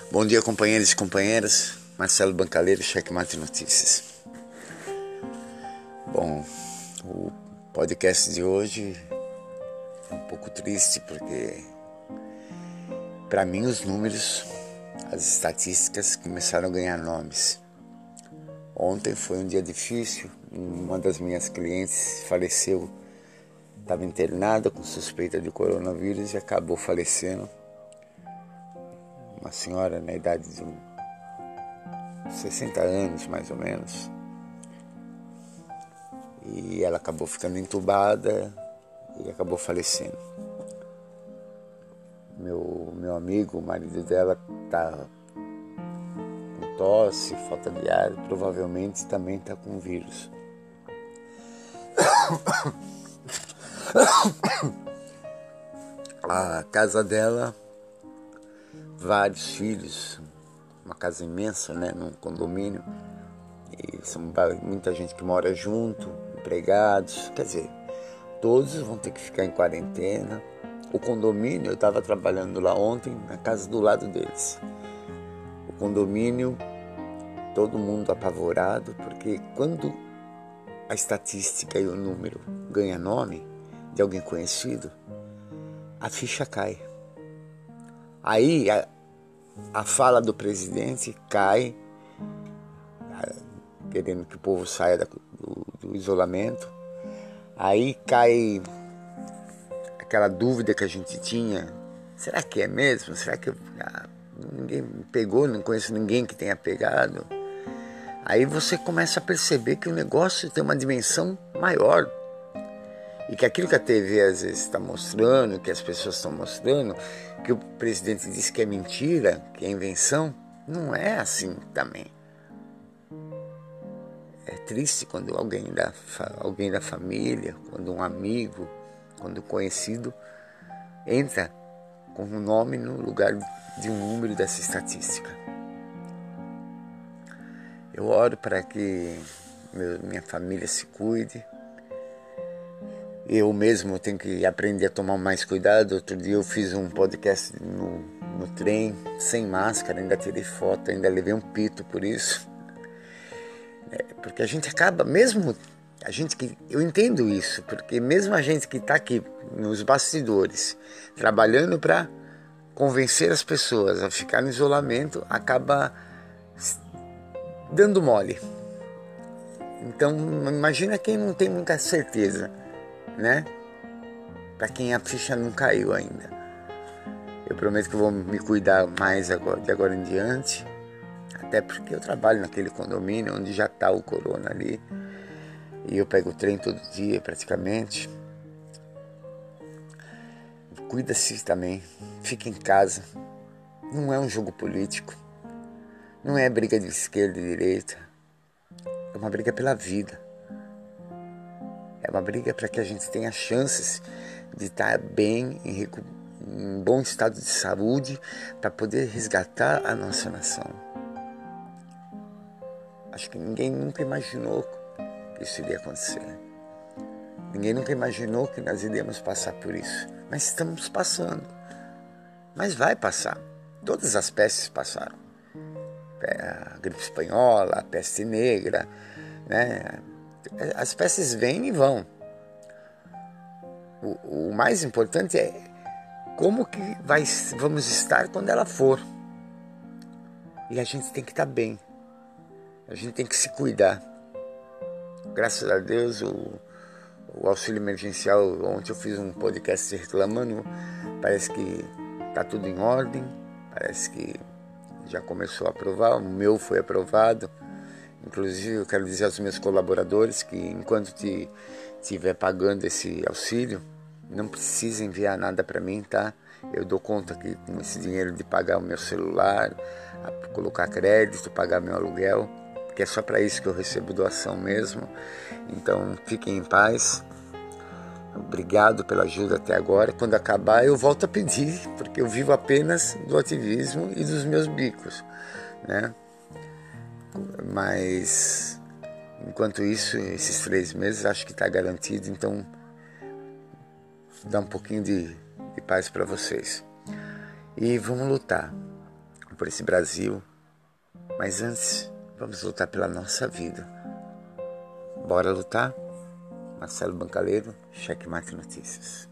Bom dia, companheiros e companheiras. Marcelo Bancaleiro, Checkmate Notícias. Bom, o podcast de hoje é um pouco triste porque, para mim, os números, as estatísticas começaram a ganhar nomes. Ontem foi um dia difícil. Uma das minhas clientes faleceu, estava internada com suspeita de coronavírus e acabou falecendo. Uma senhora na idade de 60 anos, mais ou menos. E ela acabou ficando entubada e acabou falecendo. Meu amigo, o marido dela, está com tosse, falta de ar, provavelmente também está com vírus. A casa dela, vários filhos, uma casa imensa, né, num condomínio, e são muita gente que mora junto, empregados, quer dizer, todos vão ter que ficar em quarentena. O condomínio, eu estava trabalhando lá ontem, na casa do lado deles. O condomínio, todo mundo apavorado, porque quando a estatística e o número ganha nome de alguém conhecido, a ficha cai. Aí a fala do presidente cai, querendo que o povo saia do isolamento. Aí cai aquela dúvida que a gente tinha: será que é mesmo? Será que ninguém pegou? Não conheço ninguém que tenha pegado. Aí você começa a perceber que o negócio tem uma dimensão maior. E que aquilo que a TV às vezes está mostrando, que as pessoas estão mostrando, que o presidente diz que é mentira, que é invenção, não é assim também. É triste quando alguém da família, quando um amigo, quando um conhecido entra com um nome no lugar de um número dessa estatística. Eu oro para que minha família se cuide. Eu mesmo tenho que aprender a tomar mais cuidado. Outro dia eu fiz um podcast no trem, sem máscara, ainda tirei foto, ainda levei um pito por isso. Porque a gente acaba, mesmo a gente que... Eu entendo isso, porque mesmo a gente que está aqui nos bastidores, trabalhando para convencer as pessoas a ficar no isolamento, acaba dando mole. Então, imagina quem não tem muita certeza, né? Para quem a ficha não caiu ainda. Eu prometo que eu vou me cuidar mais de agora em diante, até porque eu trabalho naquele condomínio onde já está o corona ali, e eu pego o trem todo dia praticamente. Cuida-se também, fica em casa. Não é um jogo político, não é briga de esquerda e direita, é uma briga pela vida. É uma briga para que a gente tenha chances de estar bem, em bom estado de saúde, para poder resgatar a nossa nação. Acho que ninguém nunca imaginou que isso iria acontecer. Ninguém nunca imaginou que nós iríamos passar por isso. Mas estamos passando. Mas vai passar. Todas as pestes passaram. A gripe espanhola, a peste negra, né? As pestes vêm e vão. O mais importante é como que vamos estar quando ela for. E a gente tem que estar bem. A gente tem que se cuidar. Graças a Deus, o auxílio emergencial, ontem eu fiz um podcast reclamando, parece que está tudo em ordem, parece que já começou a aprovar, o meu foi aprovado. Inclusive, eu quero dizer aos meus colaboradores que enquanto estiver pagando esse auxílio, não precisa enviar nada para mim, tá? Eu dou conta que com esse dinheiro de pagar o meu celular, colocar crédito, pagar meu aluguel, que é só para isso que eu recebo doação mesmo. Então, fiquem em paz. Obrigado pela ajuda até agora. Quando acabar, eu volto a pedir, porque eu vivo apenas do ativismo e dos meus bicos, né? Mas, enquanto isso, esses 3 meses, acho que está garantido. Então, dá um pouquinho de paz para vocês. E vamos lutar. por esse Brasil. Mas antes, vamos lutar pela nossa vida. Bora lutar? Marcelo Bancaleiro, Checkmate Notícias.